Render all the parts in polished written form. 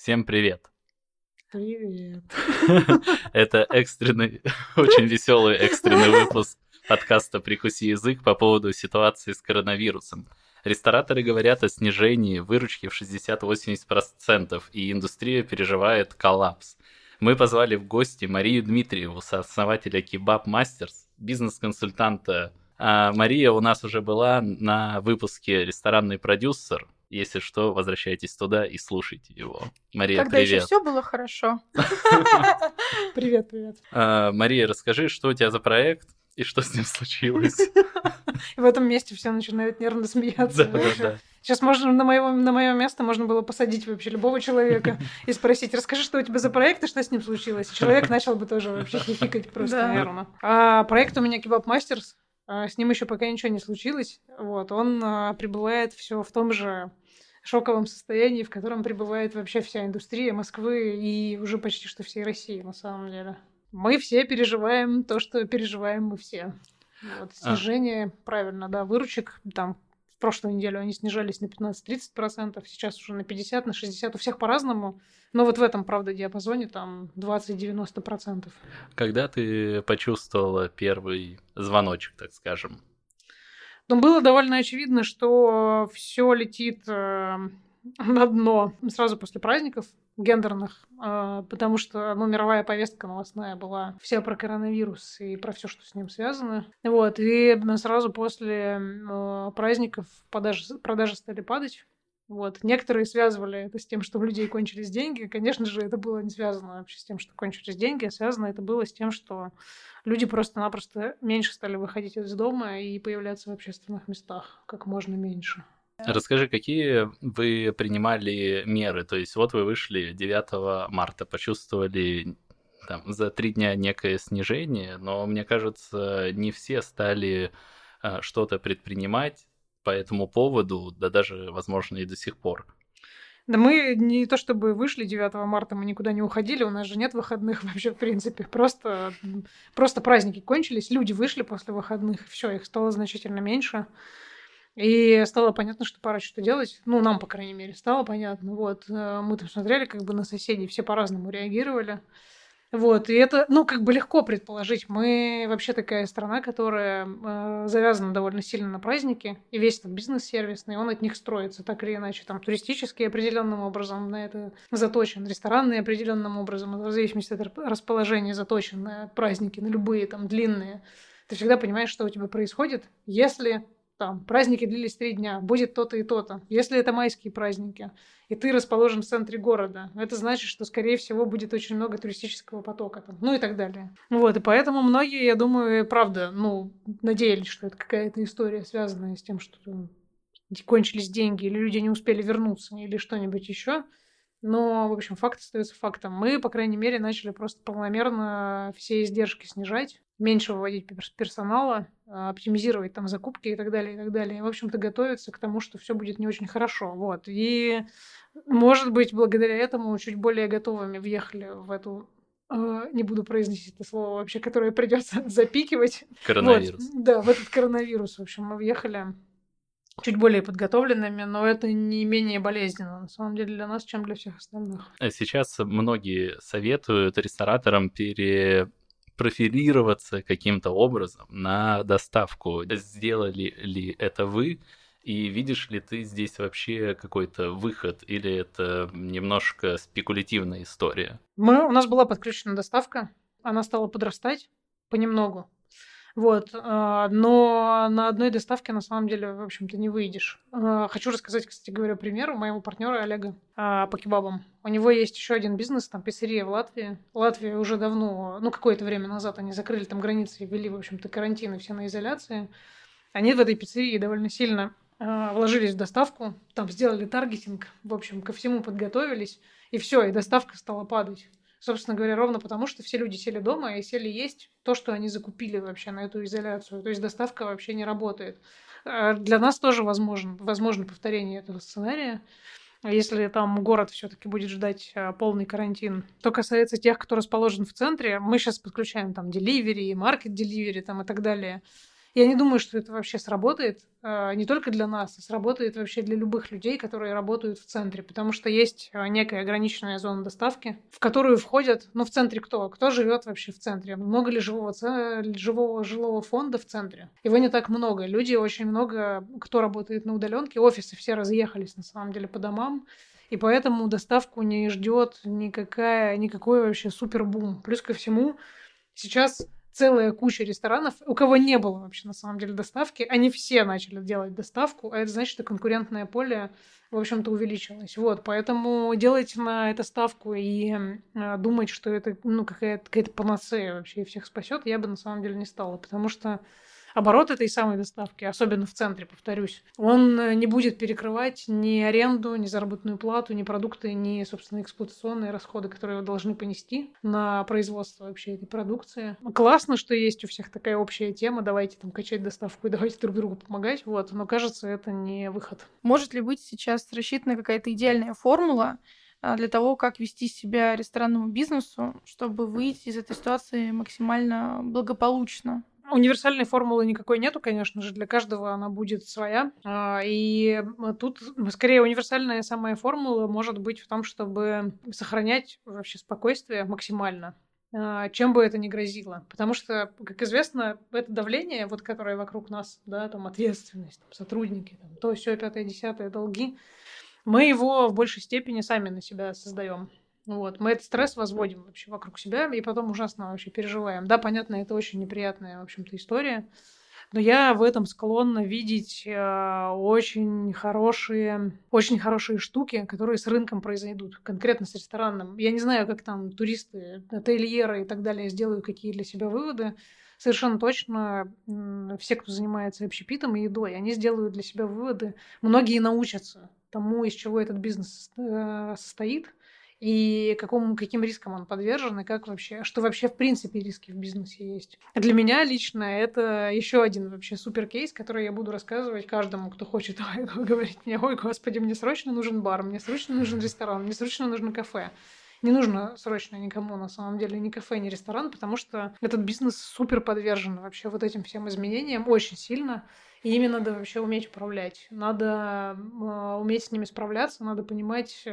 Всем привет! Привет. Это экстренный, очень веселый экстренный выпуск подкаста «Прикуси язык» по поводу ситуации с коронавирусом. Рестораторы говорят о снижении выручки в 60-80%, и индустрия переживает коллапс. Мы позвали в гости Марию Дмитриеву, сооснователя Kebab Masters, бизнес-консультанта. Мария у нас уже была на выпуске «Ресторанный продюсер». Если что, возвращайтесь туда и слушайте его. Мария, Когда еще привет. все было хорошо. Привет. Мария, расскажи, что у тебя за проект и что с ним случилось? В этом месте все начинают нервно смеяться. Да. Сейчас можно на мое место можно было посадить вообще любого человека и спросить: расскажи, что у тебя за проект и что с ним случилось. И человек начал бы тоже вообще хихикать просто Да. нервно. Проект у меня Kebab Masters. С ним еще пока ничего не случилось. Вот, он пребывает все в том же шоковом состоянии, в котором пребывает вообще вся индустрия Москвы и уже почти что всей России, на самом деле. Мы все переживаем то, что переживаем мы все. Вот, снижение, правильно, да, выручек. Там в прошлую неделю они снижались на 15-30%, сейчас уже на 50%, на 60%. У всех по-разному. Но вот в этом, правда, диапазоне там 20-90%. Когда ты почувствовала первый звоночек, так скажем? Но было довольно очевидно, что все летит на дно сразу после праздников гендерных, потому что мировая повестка новостная была вся про коронавирус и про все, что с ним связано. Вот, и сразу после праздников продажи стали падать. Вот. Некоторые связывали это с тем, что у людей кончились деньги. Конечно же, это было не связано вообще с тем, что кончились деньги, а связано это было с тем, что люди просто-напросто меньше стали выходить из дома и появляться в общественных местах как можно меньше. Расскажи, какие вы принимали меры? То есть вот вы вышли 9 марта, почувствовали там, за 3 дня некое снижение, но мне кажется, не все стали что-то предпринимать по этому поводу, да даже, возможно, и до сих пор. Да мы не то чтобы вышли 9 марта, мы никуда не уходили, у нас же нет выходных вообще в принципе. Просто праздники кончились, люди вышли после выходных, все, их стало значительно меньше. И стало понятно, что пора что-то делать. Ну, нам, по крайней мере, стало понятно. Вот, мы там смотрели как бы на соседей, все по-разному реагировали. Вот, и это, легко предположить. Мы вообще такая страна, которая завязана довольно сильно на праздники, и весь этот бизнес сервисный, он от них строится, так или иначе. Там туристический определенным образом на это заточен, ресторанный определенным образом, в зависимости от расположения заточен на праздники, на любые там длинные. Ты всегда понимаешь, что у тебя происходит, если там праздники длились 3 дня, будет то-то и то-то. Если это майские праздники, и ты расположен в центре города, это значит, что, скорее всего, будет очень много туристического потока, там, ну и так далее. Вот, и поэтому многие, я думаю, правда, надеялись, что это какая-то история, связанная с тем, что кончились деньги, или люди не успели вернуться, или что-нибудь еще. Но, в общем, факт остается фактом. Мы, по крайней мере, начали просто полномерно все издержки снижать, меньше выводить персонала, оптимизировать там закупки и так далее, и так далее. И, в общем-то, готовиться к тому, что все будет не очень хорошо. Вот. И, может быть, благодаря этому чуть более готовыми въехали в эту не буду произносить это слово вообще, которое придется запикивать. Коронавирус. Вот. Да, в этот коронавирус, в общем, мы въехали чуть более подготовленными, но это не менее болезненно, на самом деле, для нас, чем для всех остальных. Сейчас многие советуют рестораторам перепрофилироваться каким-то образом на доставку. Сделали ли это вы? И видишь ли ты здесь вообще какой-то выход? Или это немножко спекулятивная история? У нас была подключена доставка, она стала подрастать понемногу. Вот, но на одной доставке на самом деле, в общем-то, не выйдешь. Хочу рассказать, кстати говоря, пример у моего партнера Олега по кебабам. У него есть еще один бизнес, там пиццерия в Латвии. Латвия уже давно, какое-то время назад они закрыли там границы и ввели, в общем-то, карантин и все на изоляции. Они в этой пиццерии довольно сильно вложились в доставку, там сделали таргетинг, в общем, ко всему подготовились, и все, и доставка стала падать. Собственно говоря, ровно потому, что все люди сели дома и сели есть то, что они закупили вообще на эту изоляцию. То есть доставка вообще не работает. Для нас тоже возможно повторение этого сценария, если там город все-таки будет ждать полный карантин. Что касается тех, кто расположен в центре, мы сейчас подключаем там delivery, market delivery там, и так далее. Я не думаю, что это вообще сработает не только для нас, а сработает вообще для любых людей, которые работают в центре, потому что есть некая ограниченная зона доставки, в которую входят, в центре кто? Кто живет вообще в центре? Много ли живого жилого фонда в центре? Его не так много. Люди очень много, кто работает на удаленке, офисы все разъехались на самом деле по домам, и поэтому доставку не ждет никакой вообще супербум. Плюс ко всему, сейчас целая куча ресторанов, у кого не было вообще на самом деле доставки, они все начали делать доставку, а это значит, что конкурентное поле, в общем-то, увеличилось. Вот, поэтому делать на это ставку и думать, что это какая-то панацея вообще и всех спасет, я бы на самом деле не стала, потому что оборот этой самой доставки, особенно в центре, повторюсь, он не будет перекрывать ни аренду, ни заработную плату, ни продукты, ни, собственно, эксплуатационные расходы, которые вы должны понести на производство вообще этой продукции. Классно, что есть у всех такая общая тема, давайте там качать доставку и давайте друг другу помогать, вот, но кажется, это не выход. Может ли быть сейчас рассчитана какая-то идеальная формула для того, как вести себя ресторанному бизнесу, чтобы выйти из этой ситуации максимально благополучно? Универсальной формулы никакой нету, конечно же, для каждого она будет своя. И тут скорее универсальная самая формула может быть в том, чтобы сохранять вообще спокойствие максимально, чем бы это ни грозило. Потому что, как известно, это давление, вот, которое вокруг нас, да, там ответственность, там, сотрудники, там, то, сё, 5-е, 10-е, долги, мы его в большей степени сами на себя создаем. Вот. Мы этот стресс возводим вообще вокруг себя и потом ужасно вообще переживаем. Да, понятно, это очень неприятная, в общем-то, история, но я в этом склонна видеть очень хорошие штуки, которые с рынком произойдут, конкретно с ресторанным. Я не знаю, как там туристы, ательеры и так далее сделают какие для себя выводы. Совершенно точно все, кто занимается общепитом и едой, они сделают для себя выводы. Многие научатся тому, из чего этот бизнес состоит, и каким рискам он подвержен, и что вообще в принципе риски в бизнесе есть. Для меня лично это еще один вообще супер кейс, который я буду рассказывать каждому, кто хочет говорить мне: ой, господи, мне срочно нужен бар, мне срочно нужен ресторан, мне срочно нужно кафе. Не нужно срочно никому, на самом деле, ни кафе, ни ресторан, потому что этот бизнес супер подвержен вообще вот этим всем изменениям очень сильно. И ими надо вообще уметь управлять. Надо уметь с ними справляться, надо понимать,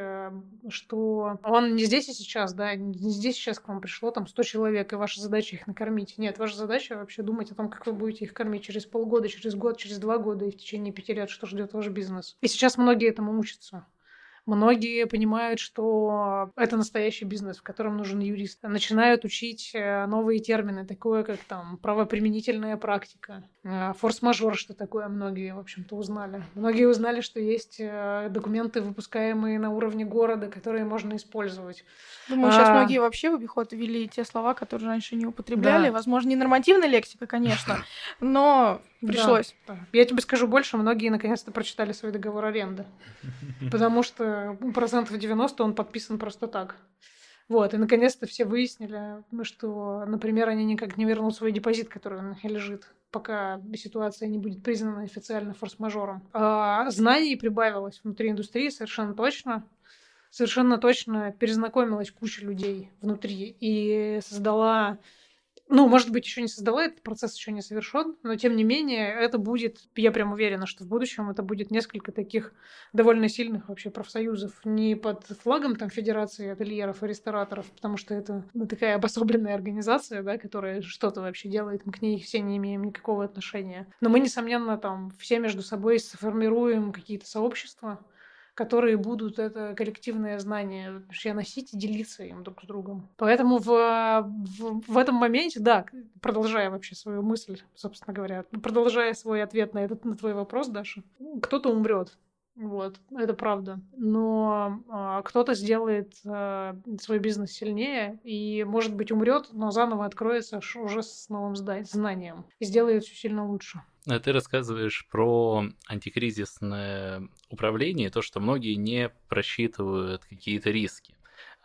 что он не здесь и сейчас, да, не здесь и сейчас к вам пришло там 100 человек, и ваша задача их накормить. Нет, ваша задача вообще думать о том, как вы будете их кормить через полгода, через год, через 2 года и в течение 5 лет, что ждет ваш бизнес. И сейчас многие этому учатся. Многие понимают, что это настоящий бизнес, в котором нужен юрист. Начинают учить новые термины, такое как там правоприменительная практика, форс-мажор, что такое, многие, в общем-то, узнали. Многие узнали, что есть документы, выпускаемые на уровне города, которые можно использовать. Думаю, сейчас многие вообще в обиход ввели те слова, которые раньше не употребляли. Да. Возможно, не нормативная лексика, конечно, но пришлось. Да. Я тебе скажу больше, многие наконец-то прочитали свой договор аренды, потому что 90% он подписан просто так. Вот, и наконец-то все выяснили, что, например, они никак не вернут свой депозит, который у них лежит, пока ситуация не будет признана официально форс-мажором. Знаний прибавилось внутри индустрии совершенно точно. Совершенно точно перезнакомилась куча людей внутри и создала... может быть, еще не создала, этот процесс еще не совершен, но тем не менее это будет, я прям уверена, что в будущем это будет несколько таких довольно сильных вообще профсоюзов, не под флагом там Федерации ательеров и рестораторов, потому что это такая обособленная организация, да, которая что-то вообще делает, мы к ней все не имеем никакого отношения. Но мы, несомненно, там все между собой сформируем какие-то сообщества, которые будут это коллективное знание вообще носить и делиться им друг с другом. Поэтому в этом моменте, да, продолжая вообще свою мысль, собственно говоря, продолжая свой ответ на твой вопрос, Даша, кто-то умрет. Вот, это правда. Но кто-то сделает свой бизнес сильнее и, может быть, умрет, но заново откроется уже с новым знанием и сделает все сильно лучше. Ты рассказываешь про антикризисное управление, то, что многие не просчитывают какие-то риски.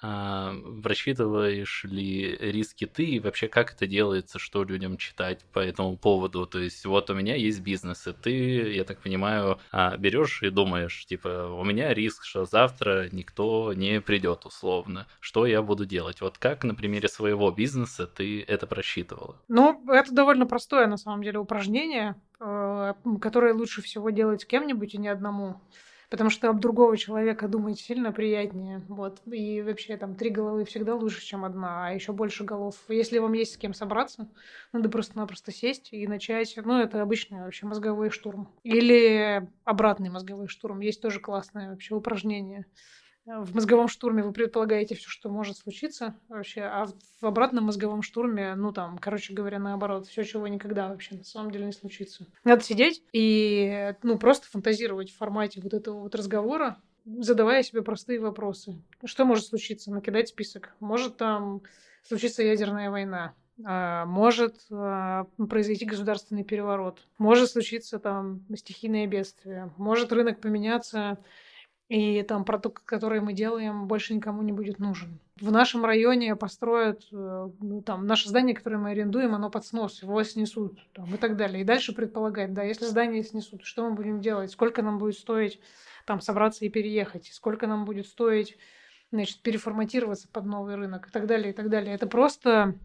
Просчитываешь ли риски ты и вообще как это делается, что людям читать по этому поводу? То есть вот у меня есть бизнес, и ты, я так понимаю, берешь и думаешь, типа, у меня риск, что завтра никто не придет условно. Что я буду делать? Вот как на примере своего бизнеса ты это просчитывала? Ну, это довольно простое, на самом деле, упражнение, которое лучше всего делать с кем-нибудь и не одному. Потому что об другого человека думать сильно приятнее. Вот. И вообще там 3 головы всегда лучше, чем одна, а еще больше голов. Если вам есть с кем собраться, надо просто-напросто сесть и начать. Ну, это обычный вообще мозговой штурм. Или обратный мозговой штурм. Есть тоже классное вообще упражнение. В мозговом штурме вы предполагаете все, что может случиться вообще, а в обратном мозговом штурме, ну там, короче говоря, наоборот, все, чего никогда вообще на самом деле не случится. Надо сидеть и, ну, просто фантазировать в формате вот этого вот разговора, задавая себе простые вопросы. Что может случиться? Накидать список. Может там случиться ядерная война. Может произойти государственный переворот. Может случиться там стихийное бедствие. Может рынок поменяться, и там продукт, который мы делаем, больше никому не будет нужен. В нашем районе построят, ну, там, наше здание, которое мы арендуем, оно под снос, его снесут там, и так далее. И дальше предполагать, да, если здание снесут, что мы будем делать, сколько нам будет стоить там собраться и переехать, сколько нам будет стоить, значит, переформатироваться под новый рынок и так далее, и так далее. Это просто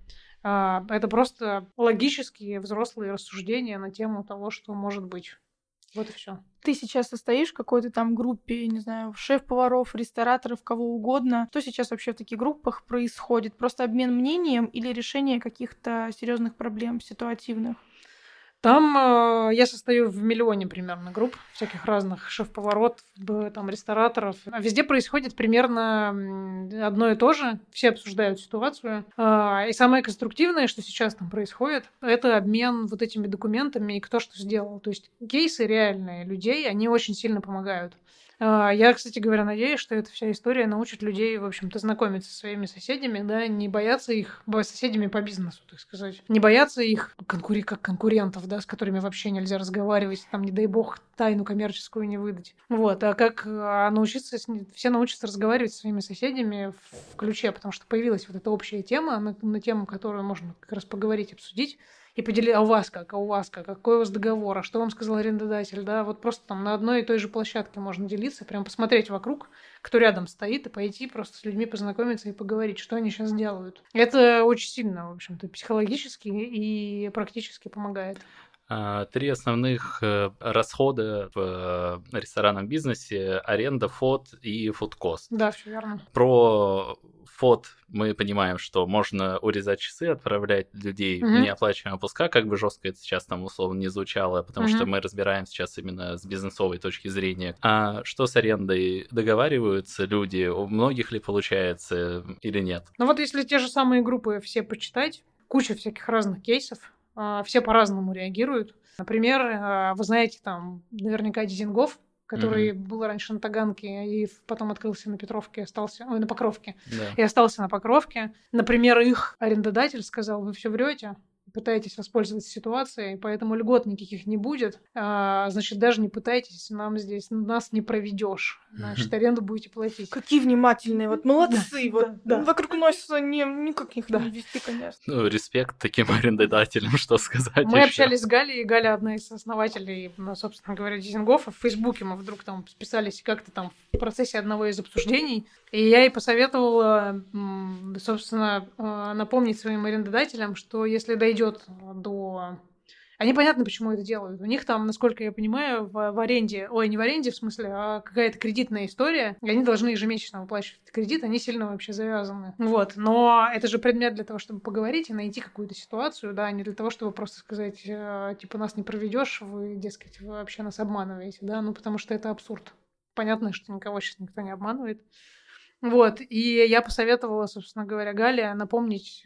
логические взрослые рассуждения на тему того, что может быть. Вот и все. Ты сейчас состоишь в какой-то там группе, не знаю, шеф-поваров, рестораторов, кого угодно. Что сейчас вообще в таких группах происходит? Просто обмен мнением или решение каких-то серьезных проблем ситуативных? Там я состою в миллионе примерно групп всяких разных шеф-поваров, там, рестораторов. Везде происходит примерно одно и то же. Все обсуждают ситуацию. И самое конструктивное, что сейчас там происходит, это обмен вот этими документами и кто что сделал. То есть кейсы реальные людей, они очень сильно помогают. Я, кстати говоря, надеюсь, что эта вся история научит людей, в общем-то, знакомиться со своими соседями, да, не бояться их, соседями по бизнесу, так сказать. Не бояться их как конкурентов, да, с которыми вообще нельзя разговаривать, там, не дай бог, тайну коммерческую не выдать. Вот, а как научиться, все научатся разговаривать со своими соседями в ключе, потому что появилась вот эта общая тема, на тему, которую можно как раз поговорить, обсудить. И поделить, а у вас как, какой у вас договор, а что вам сказал арендодатель, да, вот просто там на одной и той же площадке можно делиться, прям посмотреть вокруг, кто рядом стоит, и пойти просто с людьми познакомиться и поговорить, что они сейчас делают. Это очень сильно, в общем-то, психологически и практически помогает. 3 основных расхода в ресторанном бизнесе: аренда, фод и фудкост. Да, все верно. Про фод мы понимаем, что можно урезать часы, отправлять людей в неоплачиваемые отпуска, как бы жестко это сейчас там условно не звучало, потому что мы разбираем сейчас именно с бизнесовой точки зрения. А что с арендой? Договариваются люди? У многих ли получается или нет? Ну вот если те же самые группы все почитать, куча всяких разных кейсов, все по-разному реагируют. Например, вы знаете, там наверняка Дизингофф, который был раньше на Таганке и потом открылся на Петровке, на Покровке, и остался на Покровке. Например, их арендодатель сказал: вы все врете, пытаетесь воспользоваться ситуацией, поэтому льгот никаких не будет. Значит, даже не пытайтесь, нас не проведешь. Значит, аренду будете платить. Какие внимательные, вот молодцы, да. Вокруг носятся никак их не вести, конечно. Ну, респект таким арендодателям, что сказать. Мы общались с Галей, и Галя одна из основателей, собственно говоря, Дизингоффа. В Фейсбуке мы вдруг там списались как-то там в процессе одного из обсуждений, и я ей посоветовала, собственно, напомнить своим арендодателям, что если дойдет до... Они понятно, почему это делают. У них там, насколько я понимаю, в аренде... Ой, не в аренде, в смысле, а какая-то кредитная история. И они должны ежемесячно выплачивать кредит. Они сильно вообще завязаны. Вот. Но это же предмет для того, чтобы поговорить и найти какую-то ситуацию, да, не для того, чтобы просто сказать, типа, нас не проведешь, вы, дескать, вы вообще нас обманываете, да, ну, потому что это абсурд. Понятно, что никого сейчас никто не обманывает. Вот, и я посоветовала, собственно говоря, Гале напомнить,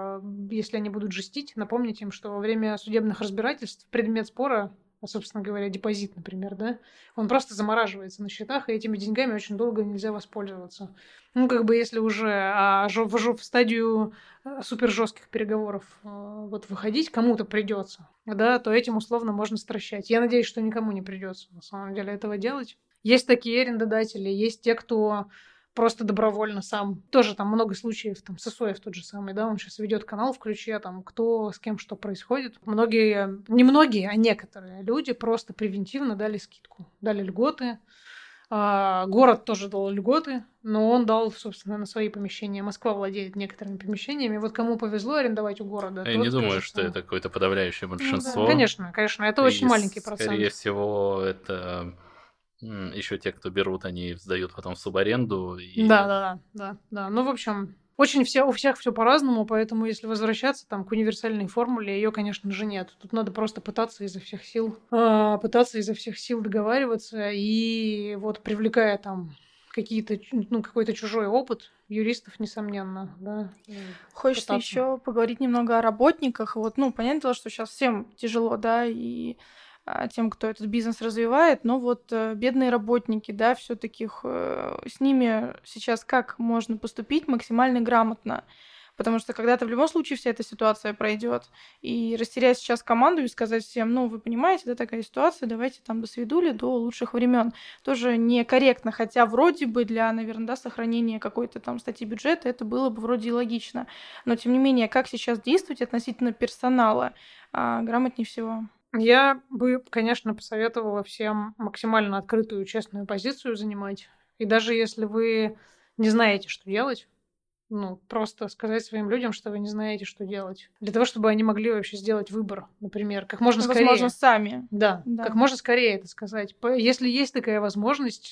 если они будут жестить, напомнить им, что во время судебных разбирательств предмет спора, собственно говоря, депозит, например, да, он просто замораживается на счетах, и этими деньгами очень долго нельзя воспользоваться. Ну, как бы, если уже в стадию супер жестких переговоров вот выходить кому-то придется, да, то этим условно можно стращать. Я надеюсь, что никому не придется на самом деле этого делать. Есть такие арендодатели, есть те, кто просто добровольно сам. Тоже там много случаев, там Сысоев тот же самый, да, он сейчас ведет канал в ключе, там, кто с кем что происходит. Многие, не многие, а некоторые люди просто превентивно дали скидку, дали льготы. Город тоже дал льготы, но он дал, собственно, на свои помещения. Москва владеет некоторыми помещениями. Вот кому повезло арендовать у города. Я не думаю, что это какое-то подавляющее большинство. Да. Конечно, это очень маленький процент. Скорее всего, это еще те, кто берут, они сдают потом в субаренду. Да. Ну, в общем, очень у всех все по-разному, поэтому если возвращаться там к универсальной формуле, ее, конечно же, нет. Тут надо просто пытаться изо всех сил договариваться и вот привлекая там какой-то чужой опыт юристов, несомненно, да. Хочется еще поговорить немного о работниках. Вот, понятное дело, что сейчас всем тяжело, да, и тем, кто этот бизнес развивает, но вот бедные работники, да, все-таки с ними сейчас как можно поступить максимально грамотно? Потому что когда-то в любом случае вся эта ситуация пройдет. И растерять сейчас команду и сказать всем, вы понимаете, да, такая ситуация, давайте там до свидули, до лучших времен. Тоже некорректно, хотя вроде бы для, наверное, да, сохранения какой-то там статьи бюджета это было бы вроде и логично. Но тем не менее, как сейчас действовать относительно персонала, грамотнее всего. Я бы, конечно, посоветовала всем максимально открытую и честную позицию занимать. И даже если вы не знаете, что делать, просто сказать своим людям, что вы не знаете, что делать. Для того, чтобы они могли вообще сделать выбор, например, как можно скорее. Возможно, сами. Да, как можно скорее это сказать. Если есть такая возможность,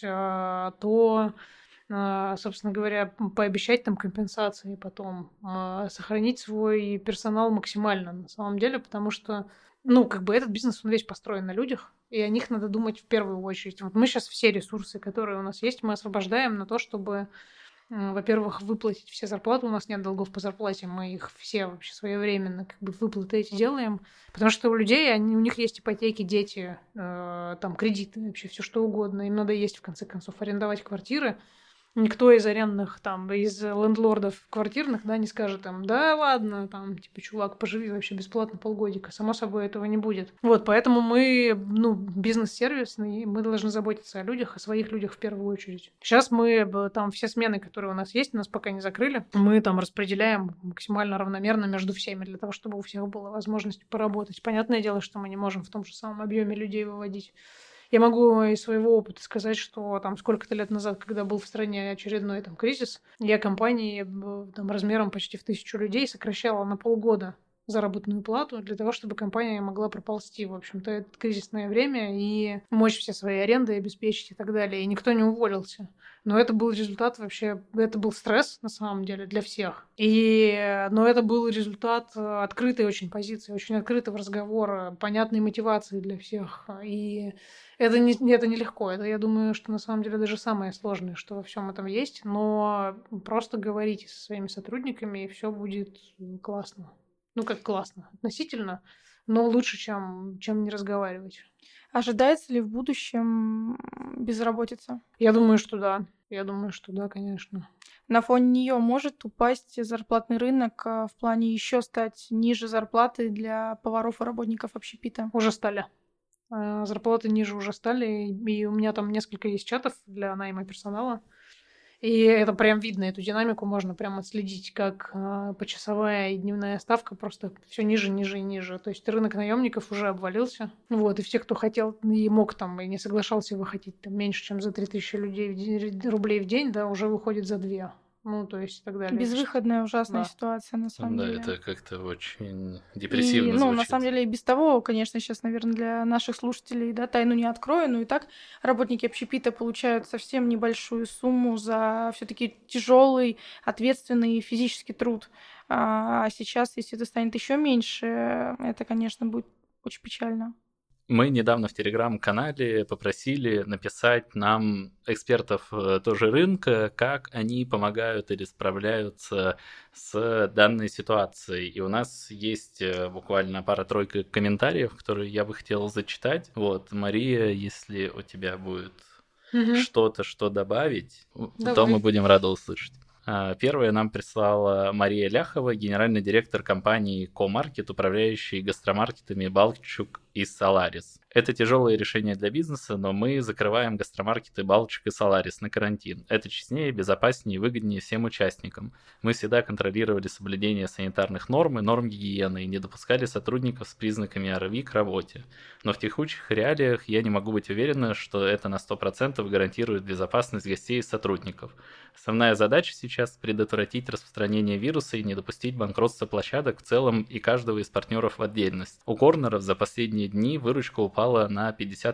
то, собственно говоря, пообещать там компенсации потом, сохранить свой персонал максимально на самом деле, потому что этот бизнес, он весь построен на людях, и о них надо думать в первую очередь. Вот мы сейчас все ресурсы, которые у нас есть, мы освобождаем на то, чтобы, во-первых, выплатить все зарплаты. У нас нет долгов по зарплате, мы их все вообще своевременно выплаты эти делаем, потому что у людей, у них есть ипотеки, дети, там кредиты, вообще все что угодно. Им надо есть, в конце концов, арендовать квартиры. Никто из арендных, из лендлордов квартирных, да, не скажет да ладно, чувак, поживи вообще бесплатно полгодика. Само собой этого не будет. Вот, поэтому мы, бизнес-сервисный, мы должны заботиться о людях, о своих людях в первую очередь. Сейчас мы все смены, которые у нас есть, нас пока не закрыли, мы распределяем максимально равномерно между всеми, для того, чтобы у всех была возможность поработать. Понятное дело, что мы не можем в том же самом объеме людей выводить. Я могу из своего опыта сказать, что сколько-то лет назад, когда был в стране очередной кризис, я компании размером почти в 1000 людей сокращала на полгода заработную плату для того, чтобы компания могла проползти, в общем-то, это кризисное время и мочь все свои аренды обеспечить и так далее. И никто не уволился. Но это был результат вообще, это был стресс на самом деле для всех. Но это был результат открытой очень позиции, очень открытого разговора, понятной мотивации для всех. И это нелегко. Это, я думаю, что на самом деле даже самое сложное, что во всем этом есть. Но просто говорите со своими сотрудниками, и все будет классно. Как классно относительно, но лучше, чем не разговаривать. Ожидается ли в будущем безработица? Я думаю, что да. Конечно. На фоне нее может упасть зарплатный рынок в плане еще стать ниже зарплаты для поваров и работников общепита? Уже стали. Зарплаты ниже уже стали, и у меня там несколько есть чатов для найма персонала. И это прям видно, эту динамику можно прям отследить, как почасовая и дневная ставка просто все ниже, ниже и ниже. То есть рынок наемников уже обвалился. Вот, и все, кто хотел и мог и не соглашался выходить меньше, чем за 3000 рублей в день, да, уже выходит за 2. То есть и так далее. Безвыходная, ужасная ситуация, на самом деле. Да, это как-то очень депрессивно звучит. На самом деле, и без того, конечно, сейчас, наверное, для наших слушателей, да, тайну не открою, но и так работники общепита получают совсем небольшую сумму за все-таки тяжелый, ответственный физический труд. А сейчас, если это станет еще меньше, это, конечно, будет очень печально. Мы недавно в Телеграм-канале попросили написать нам экспертов тоже рынка, как они помогают или справляются с данной ситуацией. И у нас есть буквально пара-тройка комментариев, которые я бы хотел зачитать. Вот, Мария, если у тебя будет что-то, что добавить, то мы будем рады услышать. Первое нам прислала Мария Ляхова, генеральный директор компании Комаркет, управляющий гастромаркетами Балчук и Solaris. Это тяжелое решение для бизнеса, но мы закрываем гастромаркеты Балчик и Solaris на карантин. Это честнее, безопаснее и выгоднее всем участникам. Мы всегда контролировали соблюдение санитарных норм и норм гигиены и не допускали сотрудников с признаками ОРВИ к работе. Но в текущих реалиях я не могу быть уверена, что это на 100% гарантирует безопасность гостей и сотрудников. Основная задача сейчас – предотвратить распространение вируса и не допустить банкротства площадок в целом и каждого из партнеров в отдельности. У Корнеров за последние дни выручка упала на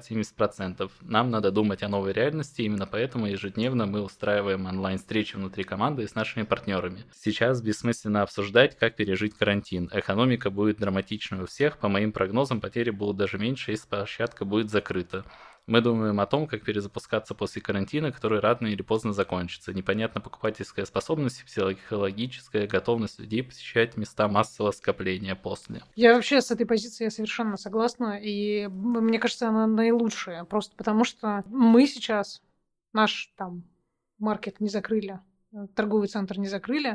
50-70%. Нам надо думать о новой реальности, именно поэтому ежедневно мы устраиваем онлайн-встречи внутри команды с нашими партнерами. Сейчас бессмысленно обсуждать, как пережить карантин. Экономика будет драматичной у всех, по моим прогнозам потери будут даже меньше, если площадка будет закрыта. Мы думаем о том, как перезапускаться после карантина, который рано или поздно закончится. Непонятна покупательская способность, психологическая готовность людей посещать места массового скопления после. Я вообще с этой позицией совершенно согласна, и мне кажется, она наилучшая, просто потому что мы сейчас, наш там маркет не закрыли, торговый центр не закрыли,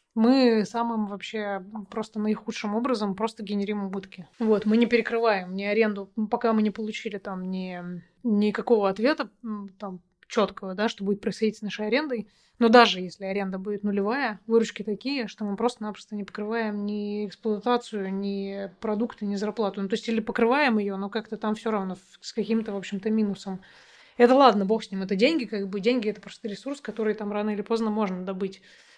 мы самым вообще просто наихудшим образом просто генерим убытки. Вот, мы не перекрываем ни аренду, пока мы не получили там никакого ответа там четкого, да, что будет происходить с нашей арендой. Но даже если аренда будет нулевая, выручки такие, что мы просто-напросто не покрываем ни эксплуатацию, ни продукты, ни зарплату. Ну, то есть или покрываем ее, но как-то там все равно с каким-то, в общем-то, минусом. Это ладно, бог с ним, это деньги, как бы деньги это просто ресурс, который там рано или поздно можно добыть.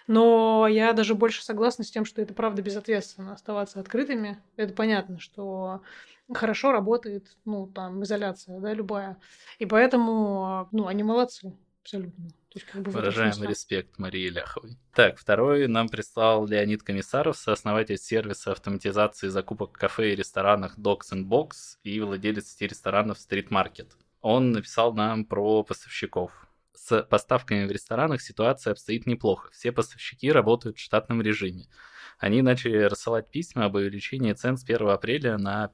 Но я даже больше согласна с тем, что это правда безответственно оставаться открытыми. Это понятно, что хорошо работает, ну, там, изоляция, да, любая. И поэтому, ну, они молодцы, абсолютно. То есть, как бы выражаем респект Марии Ляховой. Так, второй нам прислал Леонид Комиссаров, сооснователь сервиса автоматизации закупок в кафе и ресторанах Dogs & Box и владелец сети ресторанов Street Market. Он написал нам про поставщиков. С поставками в ресторанах ситуация обстоит неплохо. Все поставщики работают в штатном режиме. Они начали рассылать письма об увеличении цен с 1 апреля на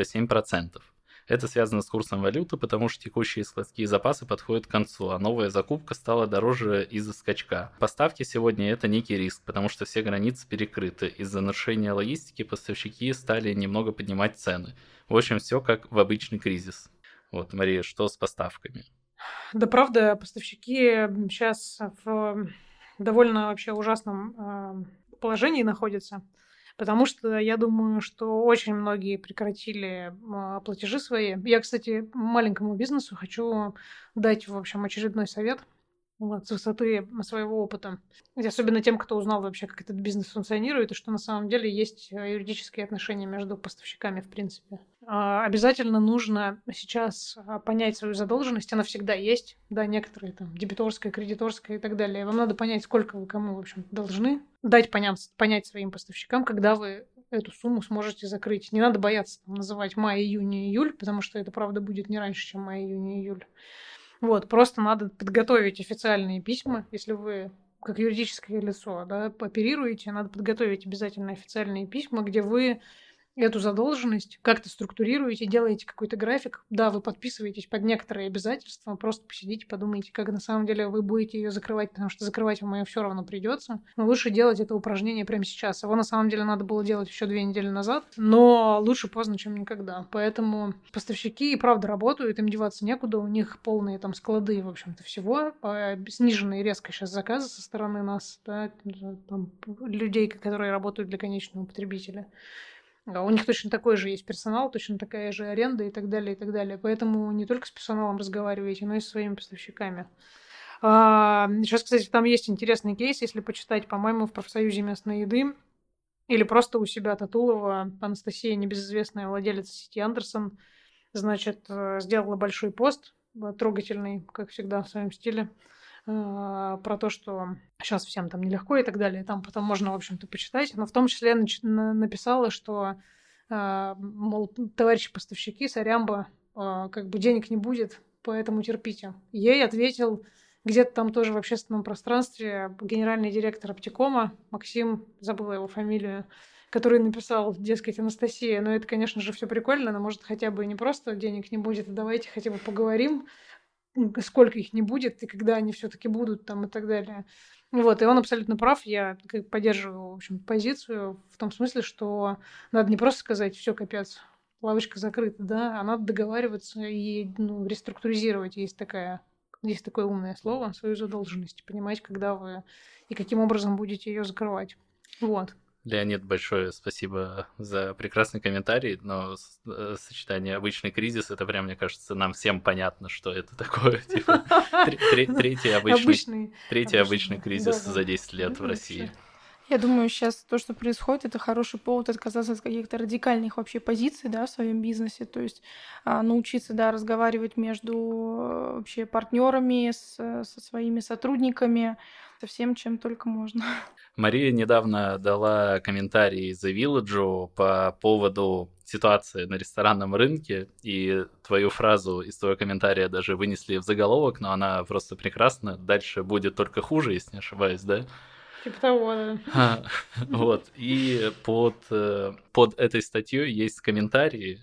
5-7%. Это связано с курсом валюты, потому что текущие складские запасы подходят к концу, а новая закупка стала дороже из-за скачка. Поставки сегодня это некий риск, потому что все границы перекрыты. Из-за нарушения логистики поставщики стали немного поднимать цены. В общем, все как в обычный кризис. Вот, Мария, что с поставками? Да, правда, поставщики сейчас в довольно вообще ужасном положении находятся, потому что я думаю, что очень многие прекратили платежи свои. Я, кстати, маленькому бизнесу хочу дать, в общем, очередной совет вот, с высоты своего опыта. И особенно тем, кто узнал вообще, как этот бизнес функционирует, и что на самом деле есть юридические отношения между поставщиками, в принципе. Обязательно нужно сейчас понять свою задолженность, она всегда есть, да, некоторые там дебиторская, кредиторская и так далее. Вам надо понять, сколько вы кому, в общем, должны, дать понять своим поставщикам, когда вы эту сумму сможете закрыть. Не надо бояться там, называть май, июнь и июль, потому что это, правда, будет не раньше, чем май, июнь и июль. Вот, просто надо подготовить официальные письма, если вы как юридическое лицо, да, оперируете, надо подготовить обязательно официальные письма, где вы эту задолженность как-то структурируете, делаете какой-то график. Да, вы подписываетесь под некоторые обязательства, просто посидите, подумайте, как на самом деле вы будете ее закрывать, потому что закрывать вам ее все равно придется. Но лучше делать это упражнение прямо сейчас. Его на самом деле надо было делать еще 2 недели назад, но лучше поздно, чем никогда. Поэтому поставщики и правда работают, им деваться некуда, у них полные там склады, в общем-то, всего. Сниженные резко сейчас заказы со стороны нас, да, там, людей, которые работают для конечного потребителя. У них точно такой же есть персонал, точно такая же аренда и так далее, и так далее. Поэтому не только с персоналом разговариваете, но и со своими поставщиками. Сейчас, кстати, там есть интересный кейс, если почитать, по-моему, в профсоюзе местной еды или просто у себя Татулова Анастасия, небезызвестная владелица сети Андерсон, значит, сделала большой пост, трогательный, как всегда, в своем стиле, про то, что сейчас всем там нелегко и так далее. Там потом можно, в общем-то, почитать. Но в том числе написала, что, мол, товарищи поставщики, сорямба, как бы денег не будет, поэтому терпите. Ей ответил где-то там тоже в общественном пространстве генеральный директор Аптекома Максим, забыла его фамилию, который написал, дескать, Анастасия, ну это, конечно же, все прикольно, но может хотя бы не просто денег не будет, а давайте хотя бы поговорим, сколько их не будет, и когда они все-таки будут там и так далее. Вот, и он абсолютно прав, я поддерживаю, в общем, позицию в том смысле, что надо не просто сказать, все, капец, лавочка закрыта, да, а надо договариваться и реструктуризировать. Есть такое умное слово, свою задолженность, понимать, когда вы и каким образом будете ее закрывать. Вот. Леонид, большое спасибо за прекрасный комментарий, но сочетание обычный кризис, это прям, мне кажется, нам всем понятно, что это такое. Типа третий обычный кризис за 10 лет в России. Я думаю, сейчас то, что происходит, это хороший повод отказаться от каких-то радикальных вообще позиций, да, в своем бизнесе, то есть научиться, да, разговаривать между вообще партнерами, со своими сотрудниками, со всем, чем только можно. Мария недавно дала комментарий The Village по поводу ситуации на ресторанном рынке, и твою фразу из твоего комментария даже вынесли в заголовок, но она просто прекрасна. Дальше будет только хуже, если не ошибаюсь, да? Типа того, да. Вот. И под этой статьей есть комментарии,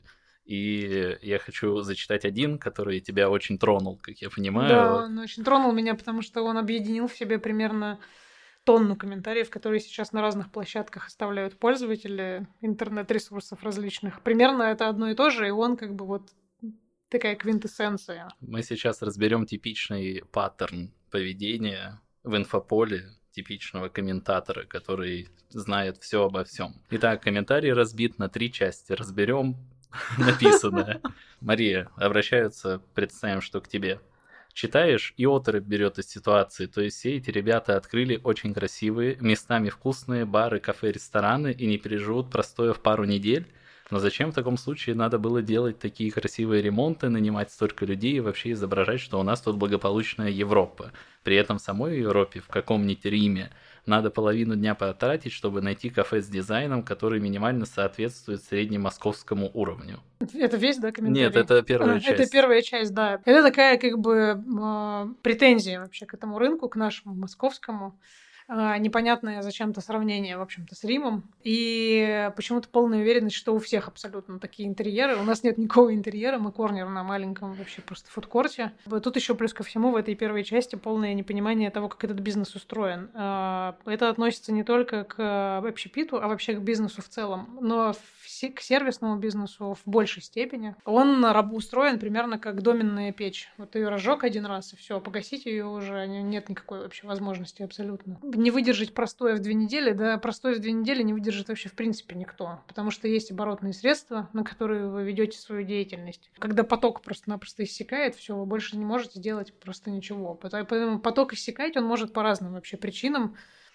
и я хочу зачитать один, который тебя очень тронул, как я понимаю. Да, он очень тронул меня, потому что он объединил в себе примерно тонну комментариев, которые сейчас на разных площадках оставляют пользователи интернет-ресурсов различных. Примерно это одно и то же, и он как бы вот такая квинтэссенция. Мы сейчас разберем типичный паттерн поведения в инфополе типичного комментатора, который знает все обо всем. Итак, комментарий разбит на 3 части. Разберем написанное. Мария, обращаются, представим, что к тебе. Читаешь, и оторопь берет из ситуации. То есть все эти ребята открыли очень красивые, местами вкусные бары, кафе, рестораны и не переживут простоя в пару недель. Но зачем в таком случае надо было делать такие красивые ремонты, нанимать столько людей и вообще изображать, что у нас тут благополучная Европа? При этом в самой Европе, в каком-нибудь Риме, надо половину дня потратить, чтобы найти кафе с дизайном, который минимально соответствует среднемосковскому уровню. Это весь, да, комментарий? Нет, это первая часть. Это первая часть, да. Это такая как бы претензия вообще к этому рынку, к нашему московскому. Непонятное зачем-то сравнение, в общем-то, с Римом. И почему-то полная уверенность, что у всех абсолютно такие интерьеры. У нас нет никакого интерьера, мы корнер на маленьком вообще просто фудкорте. Тут еще плюс ко всему в этой первой части полное непонимание того, как этот бизнес устроен. Это относится не только к общепиту, а вообще к бизнесу в целом, но к сервисному бизнесу в большей степени. Он устроен примерно как доменная печь. Вот ты ее разжег один раз, и все, погасить ее уже нет никакой вообще возможности абсолютно. Не выдержать простоя в 2 недели, да, простой в 2 недели не выдержит вообще в принципе никто, потому что есть оборотные средства, на которые вы ведете свою деятельность. Когда поток просто-напросто иссякает, все, вы больше не можете делать просто ничего. Поэтому поток иссякать, он может по разным вообще причинам.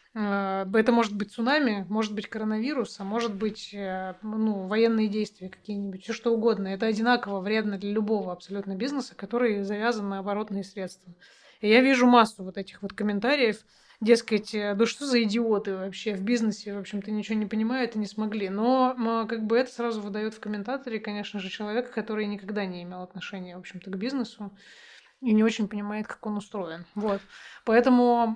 Это может быть цунами, может быть коронавирус, а может быть военные действия какие-нибудь, все что угодно. Это одинаково вредно для любого абсолютно бизнеса, который завязан на оборотные средства. И я вижу массу вот этих вот комментариев, дескать, да что за идиоты вообще в бизнесе, в общем-то, ничего не понимают и не смогли. Но как бы это сразу выдает в комментаторе, конечно же, человека, который никогда не имел отношения, в общем-то, к бизнесу и не очень понимает, как он устроен. Вот. Поэтому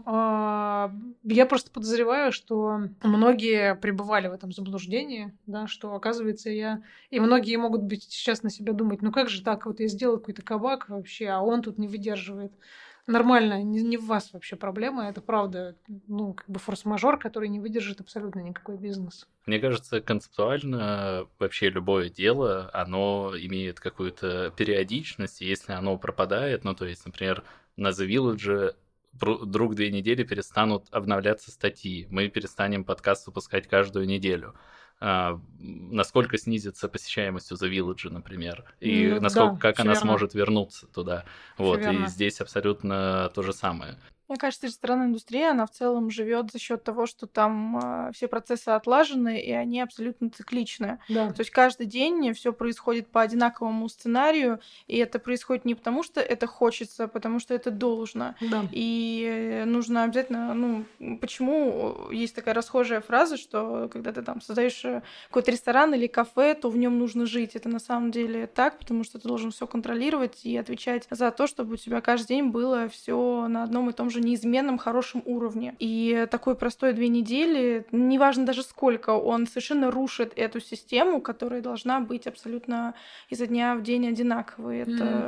я просто подозреваю, что многие пребывали в этом заблуждении, да, что, оказывается, и многие могут быть сейчас на себя думать, ну как же так, вот я сделал какой-то кабак вообще, а он тут не выдерживает. Нормально, не в вас вообще проблема, это правда, как бы форс-мажор, который не выдержит абсолютно никакой бизнес. Мне кажется, концептуально вообще любое дело, оно имеет какую-то периодичность, и если оно пропадает, то есть, например, на The Village вдруг 2 недели перестанут обновляться статьи, мы перестанем подкаст выпускать каждую неделю. Насколько снизится посещаемость у The Village, например, и как она сможет вернуться туда. Вот, и здесь абсолютно то же самое. Мне кажется, ресторанная индустрия, она в целом живет за счет того, что там все процессы отлажены, и они абсолютно цикличны. Да. То есть каждый день все происходит по одинаковому сценарию, и это происходит не потому, что это хочется, а потому что это должно. Да. И нужно обязательно, почему есть такая расхожая фраза, что когда ты там создаешь какой-то ресторан или кафе, то в нем нужно жить. Это на самом деле так, потому что ты должен все контролировать и отвечать за то, чтобы у тебя каждый день было все на одном и том же неизменном хорошем уровне. И такой простой 2 недели, неважно даже сколько, он совершенно рушит эту систему, которая должна быть абсолютно изо дня в день одинаковой.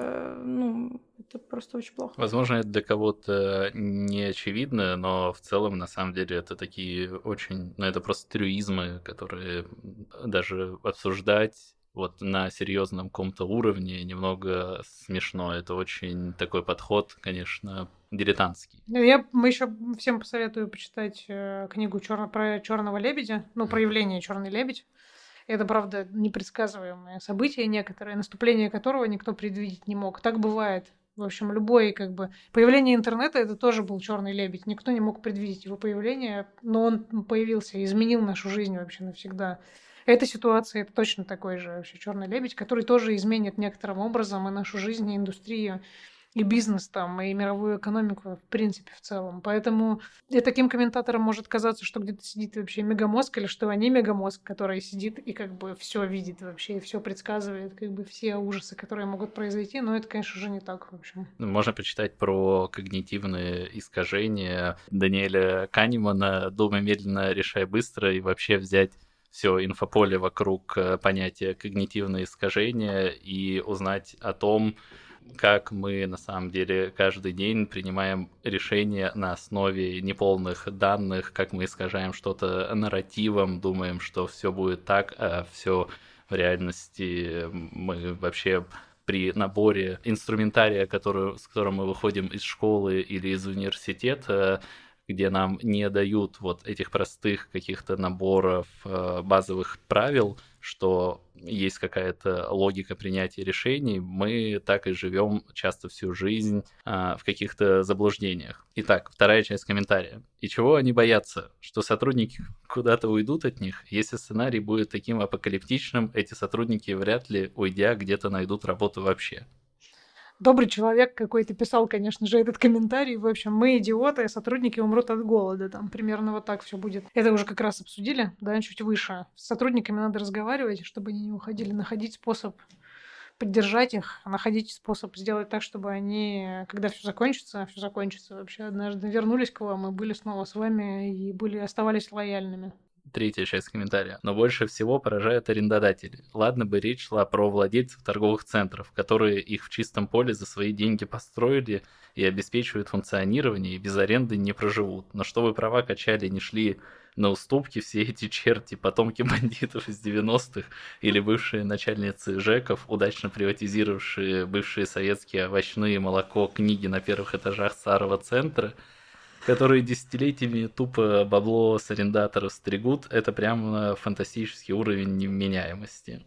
Это просто очень плохо. Возможно, это для кого-то не очевидно, но в целом, на самом деле, это такие очень... это просто трюизмы, которые даже обсуждать вот на серьезном каком-то уровне немного смешно. Это очень такой подход, конечно, дилетантский. Я еще всем посоветую почитать книгу про черного лебедя, про явление черный лебедь. Это, правда, непредсказуемое событие некоторое, наступление которого никто предвидеть не мог. Так бывает. В общем, любое появление интернета, это тоже был черный лебедь. Никто не мог предвидеть его появление, но он появился и изменил нашу жизнь вообще навсегда. Эта ситуация, это точно такой же вообще черный лебедь, который тоже изменит некоторым образом и нашу жизнь, и индустрию, и бизнес там, и мировую экономику, в принципе, в целом. Поэтому и таким комментаторам может казаться, что где-то сидит вообще мегамозг, или что они мегамозг, который сидит и все видит вообще, и все предсказывает, все ужасы, которые могут произойти. Но это, конечно же, не так, в общем. Можно почитать про когнитивные искажения Даниэля Канемана «Думай медленно, решай быстро» и вообще взять все инфополе вокруг понятия когнитивные искажения и узнать о том, как мы на самом деле каждый день принимаем решения на основе неполных данных, как мы искажаем что-то нарративом, думаем, что все будет так, а все в реальности мы вообще при наборе инструментария, с которым мы выходим из школы или из университета, где нам не дают вот этих простых каких-то наборов базовых правил, что есть какая-то логика принятия решений, мы так и живем часто всю жизнь в каких-то заблуждениях. Итак, вторая часть комментария. И чего они боятся? Что сотрудники куда-то уйдут от них? Если сценарий будет таким апокалиптичным, эти сотрудники вряд ли, уйдя, где-то найдут работу вообще. Добрый человек какой-то писал, конечно же, этот комментарий. В общем, мы идиоты, а сотрудники умрут от голода. Там примерно вот так все будет. Это уже как раз обсудили, да, чуть выше. С сотрудниками надо разговаривать, чтобы они не уходили, находить способ поддержать их, находить способ сделать так, чтобы они, когда все закончится вообще однажды вернулись к вам и были снова с вами и оставались лояльными. Третья часть комментария. Но больше всего поражают арендодатели. Ладно бы речь шла про владельцев торговых центров, которые их в чистом поле за свои деньги построили и обеспечивают функционирование, и без аренды не проживут. Но чтобы права качали, не шли на уступки все эти черти, потомки бандитов из 90-х или бывшие начальницы ЖЭКов, удачно приватизировавшие бывшие советские овощные молоко, книги на первых этажах старого центра, которые десятилетиями тупо бабло с арендаторов стригут, это прям фантастический уровень невменяемости.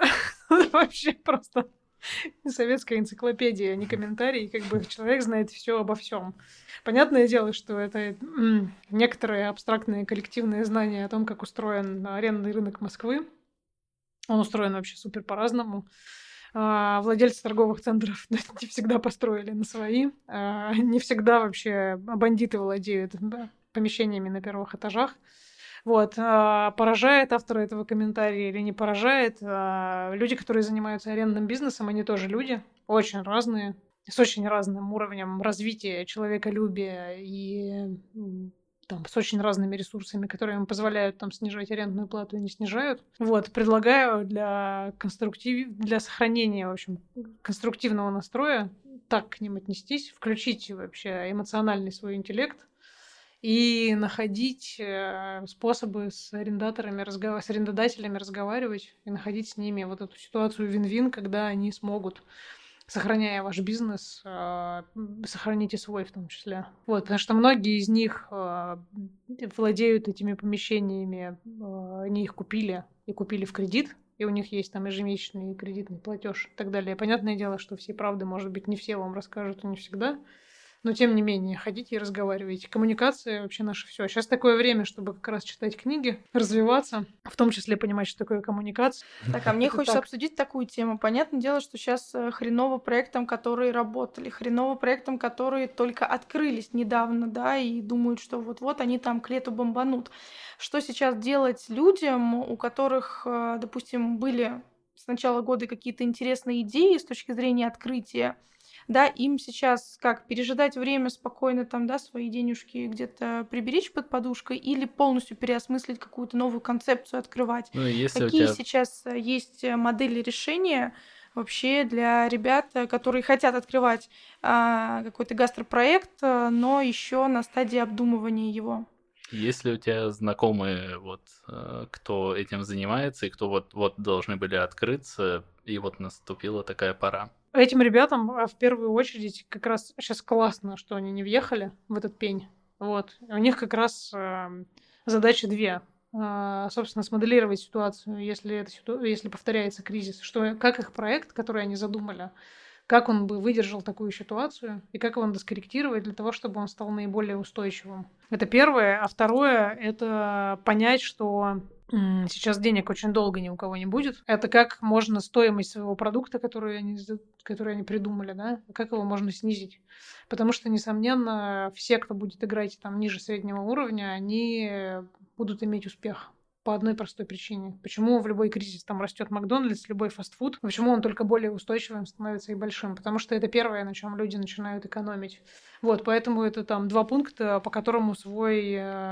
Вообще просто советская энциклопедия, а не комментарий, человек знает все обо всем. Понятное дело, что это некоторые абстрактные коллективные знания о том, как устроен арендный рынок Москвы. Он устроен вообще супер по-разному. Владельцы торговых центров не всегда построили на свои. Не всегда вообще бандиты владеют помещениями на первых этажах. Вот. Поражает автора этого комментария или не поражает? Люди, которые занимаются арендным бизнесом, они тоже люди, очень разные, с очень разным уровнем развития, человеколюбия и с очень разными ресурсами, которые им позволяют снижать арендную плату и не снижают. Вот, предлагаю для сохранения, в общем, конструктивного настроя так к ним отнестись, включить вообще эмоциональный свой интеллект и находить способы с арендодателями разговаривать и находить с ними вот эту ситуацию вин-вин, когда они смогут, сохраняя ваш бизнес, сохраните свой в том числе. Вот, потому что многие из них владеют этими помещениями, они их купили в кредит, и у них есть ежемесячный кредитный платеж и так далее. Понятное дело, что все правды, может быть, не все вам расскажут и не всегда, но тем не менее, ходите и разговаривайте. Коммуникация вообще наше все. Сейчас такое время, чтобы как раз читать книги, развиваться, в том числе понимать, что такое коммуникация. Так, а мне хочется обсудить такую тему. Понятное дело, что сейчас хреново проектам, которые работали, хреново проектам, которые только открылись недавно, да, и думают, что вот-вот они там к лету бомбанут. Что сейчас делать людям, у которых, допустим, были с начала года какие-то интересные идеи с точки зрения открытия, да, им сейчас как пережидать время спокойно свои денежки где-то приберечь под подушкой или полностью переосмыслить какую-то новую концепцию открывать? Какие сейчас есть модели решения вообще для ребят, которые хотят открывать какой-то гастропроект, но еще на стадии обдумывания его? Есть ли у тебя знакомые, кто этим занимается, и кто вот должны были открыться, и вот наступила такая пора? Этим ребятам в первую очередь как раз сейчас классно, что они не въехали в этот пень. Вот. У них как раз задачи две. Собственно, смоделировать ситуацию, если повторяется кризис, как их проект, который они задумали, как он бы выдержал такую ситуацию и как его надо скорректировать для того, чтобы он стал наиболее устойчивым. Это первое. А второе – это понять, что сейчас денег очень долго ни у кого не будет. Это как можно стоимость своего продукта, который они придумали, да, как его можно снизить. Потому что, несомненно, все, кто будет играть там ниже среднего уровня, они будут иметь успех. По одной простой причине. Почему в любой кризис там растет Макдональдс, любой фастфуд, почему он только более устойчивым становится и большим? Потому что это первое, на чем люди начинают экономить. Вот, поэтому это там 2 пункта, по которому свой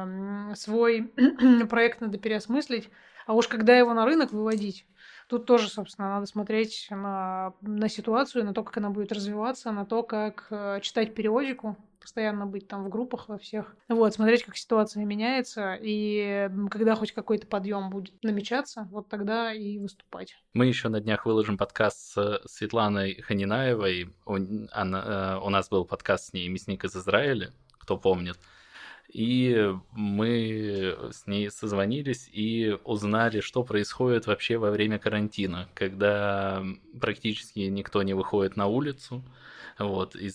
проект надо переосмыслить. А уж когда его на рынок выводить, тут тоже, собственно, надо смотреть на ситуацию, на то, как она будет развиваться, на то, как читать периодику, постоянно быть там в группах во всех. Вот, смотреть, как ситуация меняется, и когда хоть какой-то подъем будет намечаться, вот тогда и выступать. Мы еще на днях выложим подкаст с Светланой Ханинаевой. У нас был подкаст с ней «Мясник из Израиля», кто помнит. И мы с ней созвонились и узнали, что происходит вообще во время карантина, когда практически никто не выходит на улицу. Вот, в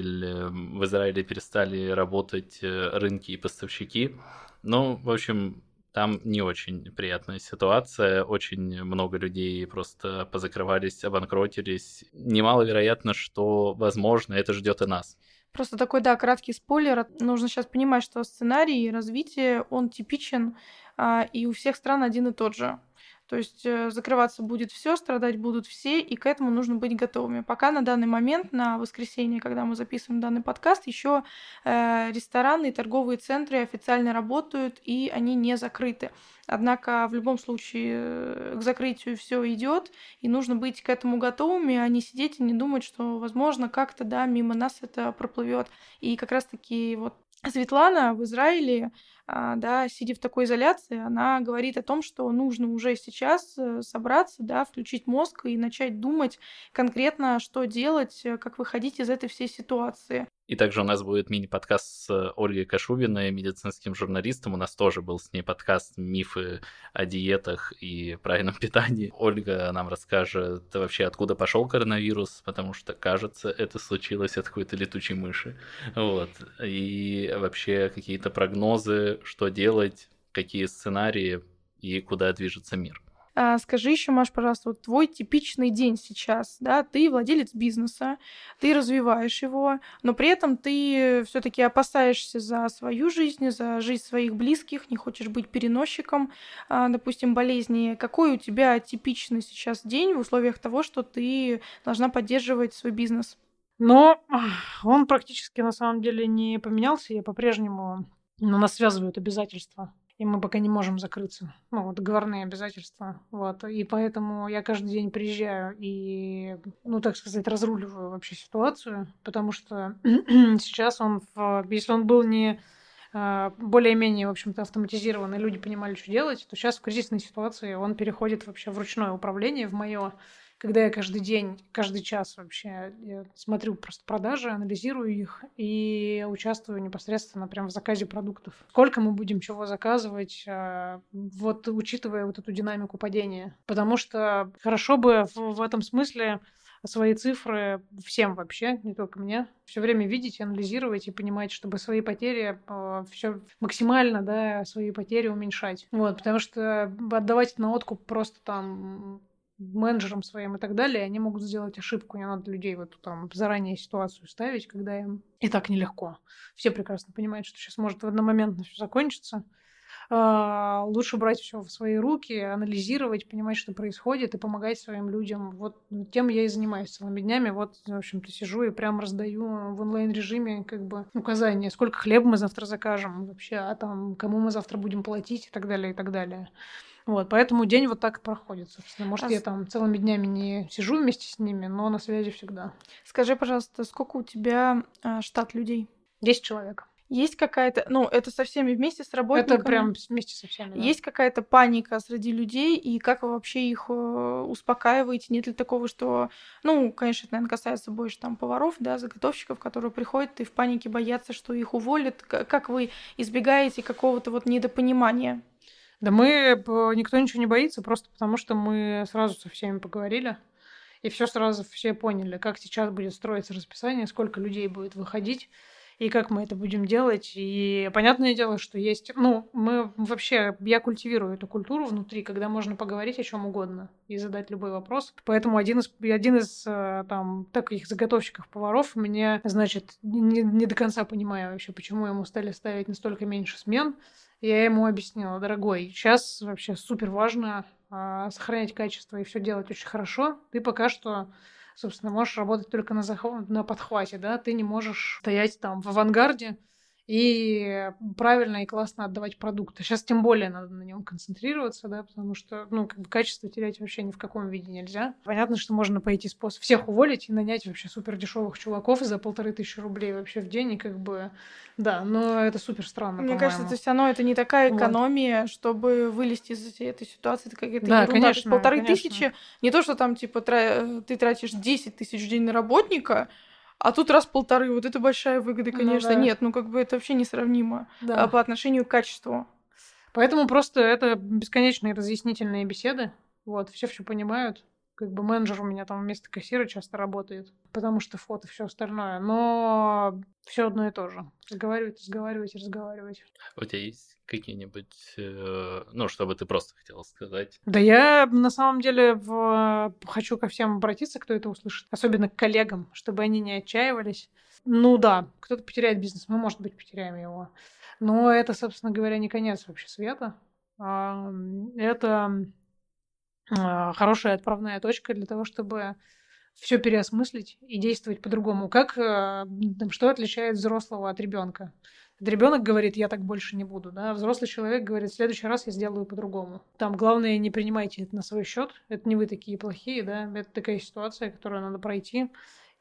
Израиле перестали работать рынки и поставщики. Ну, в общем, там не очень приятная ситуация. Очень много людей просто позакрывались, обанкротились. Немаловероятно, что, возможно, это ждет и нас. Просто такой, да, краткий спойлер. Нужно сейчас понимать, что сценарий развития, он типичен, и у всех стран один и тот же. То есть закрываться будет все, страдать будут все, и к этому нужно быть готовыми. Пока на данный момент, на воскресенье, когда мы записываем данный подкаст, еще рестораны и торговые центры официально работают, и они не закрыты. Однако в любом случае к закрытию все идет, и нужно быть к этому готовыми, а не сидеть и не думать, что, возможно, как-то, да, мимо нас это проплывет. И как раз-таки вот Светлана в Израиле, да, сидя в такой изоляции, она говорит о том, что нужно уже сейчас собраться, да, включить мозг и начать думать конкретно, что делать, как выходить из этой всей ситуации. И также у нас будет мини-подкаст с Ольгой Кашубиной, медицинским журналистом. У нас тоже был с ней подкаст «Мифы о диетах и правильном питании». Ольга нам расскажет вообще, откуда пошел коронавирус, потому что, кажется, это случилось от какой-то летучей мыши. Вот. И вообще какие-то прогнозы, что делать, какие сценарии и куда движется мир. Скажи еще, Маш, пожалуйста, вот твой типичный день сейчас, да, ты владелец бизнеса, ты развиваешь его, но при этом ты все-таки опасаешься за свою жизнь, за жизнь своих близких, не хочешь быть переносчиком, допустим, болезни. Какой у тебя типичный сейчас день в условиях того, что ты должна поддерживать свой бизнес? Но он практически на самом деле не поменялся, я по-прежнему, нас связывают обязательства. И мы пока не можем закрыться. Ну, вот договорные обязательства. Вот. И поэтому я каждый день приезжаю и, ну, так сказать, разруливаю вообще ситуацию, потому что сейчас если он был не более-менее, в общем-то, автоматизирован, и люди понимали, что делать, то сейчас в кризисной ситуации он переходит вообще в ручное управление, в мое, когда я каждый день, каждый час вообще я смотрю просто продажи, анализирую их и участвую непосредственно прям в заказе продуктов. Сколько мы будем чего заказывать, вот учитывая вот эту динамику падения. Потому что хорошо бы в этом смысле свои цифры всем вообще, не только мне, все время видеть, анализировать и понимать, чтобы свои потери все максимально, да, свои потери уменьшать. Вот, потому что отдавать это на откуп просто там менеджерам своим и так далее, они могут сделать ошибку. Не надо людей в эту там заранее ситуацию ставить, когда им и так нелегко. Все прекрасно понимают, что сейчас может в одномоментно все закончиться. Лучше брать все в свои руки, анализировать, понимать, что происходит, и помогать своим людям. Вот тем я и занимаюсь целыми днями. Вот, в общем-то, сижу и прям раздаю в онлайн-режиме как бы указания, сколько хлеба мы завтра закажем вообще, а там кому мы завтра будем платить и так далее, и так далее. Вот, поэтому день вот так и проходит, собственно. Может, я там целыми днями не сижу вместе с ними, но на связи всегда. Скажи, пожалуйста, сколько у тебя штат людей? 10 человек. Есть какая-то, ну, это со всеми вместе с работниками? Это прям вместе со всеми, да. Есть какая-то паника среди людей, и как вы вообще их успокаиваете? Нет ли такого, что, ну, конечно, это, наверное, касается больше там поваров, да, заготовщиков, которые приходят и в панике боятся, что их уволят. Как вы избегаете какого-то вот недопонимания? Да никто ничего не боится, просто потому что мы сразу со всеми поговорили, и все сразу все поняли, как сейчас будет строиться расписание, сколько людей будет выходить, и как мы это будем делать. И понятное дело, что есть... Ну, я культивирую эту культуру внутри, когда можно поговорить о чем угодно и задать любой вопрос. Поэтому один из там таких заготовщиков-поваров меня, значит, не до конца понимаю вообще, почему ему стали ставить настолько меньше смен. Я ему объяснила: дорогой, сейчас вообще супер важно сохранять качество и все делать очень хорошо. Ты пока что, собственно, можешь работать только на подхвате, да, ты не можешь стоять там в авангарде и правильно и классно отдавать продукты. Сейчас тем более надо на нем концентрироваться, да, потому что, ну, как бы качество терять вообще ни в каком виде нельзя. Понятно, что можно пойти способ всех уволить и нанять вообще супер дешевых чуваков за 1500 рублей вообще в день, и как бы, да, но это супер странно, Мне по-моему. кажется, это все равно это не такая Вот. экономия, чтобы вылезти из этой ситуации. Это какая-то Да, ерунда. То есть конечно, 1500, не то, что там, типа, ты тратишь 10 тысяч в день на работника, а тут раз 1,5. Вот это большая выгода, Ну конечно. да. Нет, ну как бы это вообще несравнимо Да. по отношению к качеству. Поэтому просто это бесконечные разъяснительные беседы. Вот, все понимают. Как бы менеджер у меня там вместо кассира часто работает, потому что фото, все остальное. Но все одно и то же. Разговаривать. У тебя есть какие-нибудь, ну, что бы ты просто хотела сказать? Да я на самом деле хочу ко всем обратиться, кто это услышит. Особенно к коллегам, чтобы они не отчаивались. Ну да, кто-то потеряет бизнес, мы, может быть, потеряем его. Но это, собственно говоря, не конец вообще света. Это хорошая отправная точка для того, чтобы все переосмыслить и действовать по-другому. Что отличает взрослого от ребенка? Ребенок говорит: я так больше не буду, да? Взрослый человек говорит: в следующий раз я сделаю по-другому. Там главное, не принимайте это на свой счет. Это не вы такие плохие, да? Это такая ситуация, которую надо пройти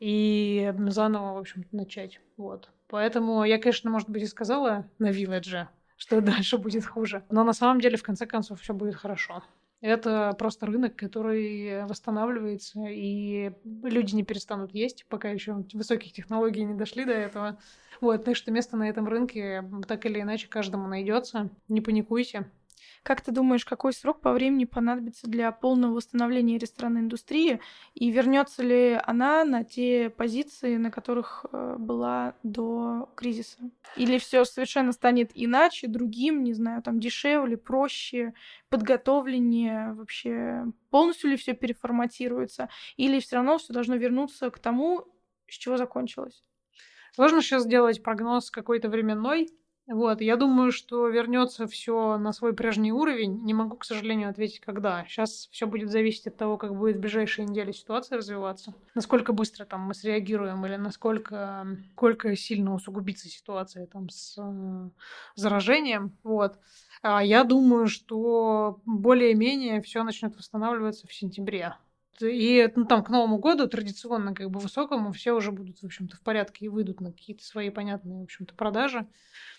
и заново, в общем-то, начать. Вот. Поэтому я, конечно, может быть, и сказала на Вилладже, что дальше будет хуже. Но на самом деле, в конце концов, все будет хорошо. Это просто рынок, который восстанавливается, и люди не перестанут есть, пока еще высоких технологий не дошли до этого. Вот, так что место на этом рынке так или иначе каждому найдется. Не паникуйте. Как ты думаешь, какой срок по времени понадобится для полного восстановления ресторанной индустрии? И вернется ли она на те позиции, на которых была до кризиса? Или все совершенно станет иначе, другим, не знаю, там дешевле, проще, подготовленнее? Вообще полностью ли все переформатируется? Или все равно все должно вернуться к тому, с чего закончилось? Сложно сейчас сделать прогноз какой-то временной. Вот, я думаю, что вернется все на свой прежний уровень. Не могу, к сожалению, ответить, когда. Сейчас все будет зависеть от того, как будет в ближайшие недели ситуация развиваться, насколько быстро там мы среагируем или насколько сильно усугубится ситуация там с заражением. Вот. Я думаю, что более-менее все начнет восстанавливаться в сентябре. И там к Новому году традиционно, как бы высокому, все уже будут, в общем-то, в порядке и выйдут на какие-то свои понятные, в общем-то, продажи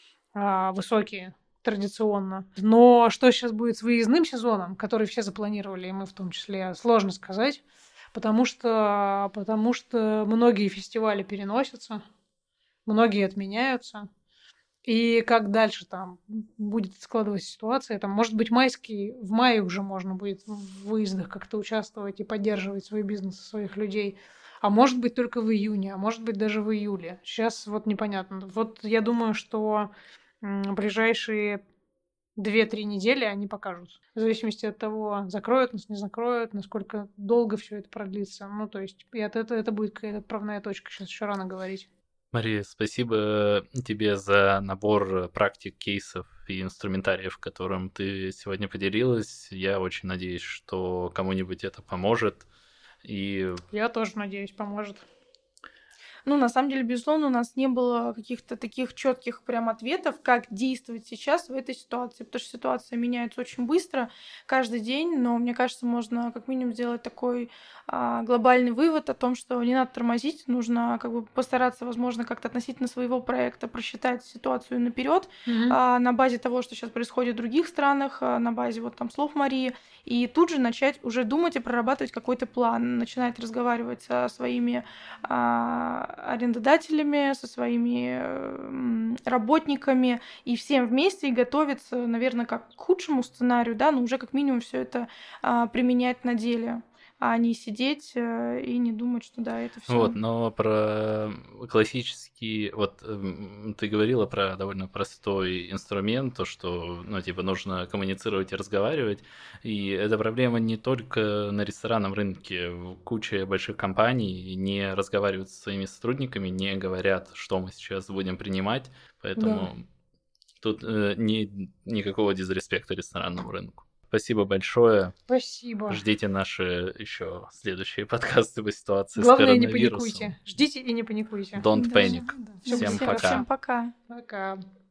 высокие традиционно. Но что сейчас будет с выездным сезоном, который все запланировали, и мы в том числе, сложно сказать, потому что многие фестивали переносятся, многие отменяются. И как дальше там будет складываться ситуация? Там, может быть, в мае уже можно будет в выездах как-то участвовать и поддерживать свой бизнес и своих людей. А может быть, только в июне, а может быть, даже в июле. Сейчас вот непонятно. Вот я думаю, что ближайшие 2-3 недели они покажут. В зависимости от того, закроют нас, не закроют, насколько долго все это продлится. Ну, то есть, это будет какая-то отправная точка. Сейчас еще рано говорить. Мария, спасибо тебе за набор практик, кейсов и инструментариев, которым ты сегодня поделилась. Я очень надеюсь, что кому-нибудь это поможет. И я тоже надеюсь, поможет. Ну, на самом деле, безусловно, у нас не было каких-то таких четких прям ответов, как действовать сейчас в этой ситуации, потому что ситуация меняется очень быстро каждый день, но мне кажется, можно как минимум сделать такой глобальный вывод о том, что не надо тормозить, нужно как бы постараться, возможно, как-то относительно своего проекта просчитать ситуацию наперед на базе того, что сейчас происходит в других странах, на базе вот там слов Марии, и тут же начать уже думать и прорабатывать какой-то план, начинать разговаривать со своими арендодателями, со своими работниками и всем вместе и готовиться, наверное, как к худшему сценарию, да, но уже как минимум все это применять на деле, а не сидеть и не думать, что да, это все. Вот, но про классический, вот ты говорила про довольно простой инструмент, то, что, ну, типа, нужно коммуницировать и разговаривать, и эта проблема не только на ресторанном рынке. Куча больших компаний не разговаривают со своими сотрудниками, не говорят, что мы сейчас будем принимать, поэтому тут никакого дизреспекта ресторанному рынку. Спасибо большое. Спасибо. Ждите наши еще следующие подкасты по ситуации Главное, с не коронавирусом. паникуйте. Ждите и не паникуйте. Don't panic. Всем Всем пока. Всем пока. Пока.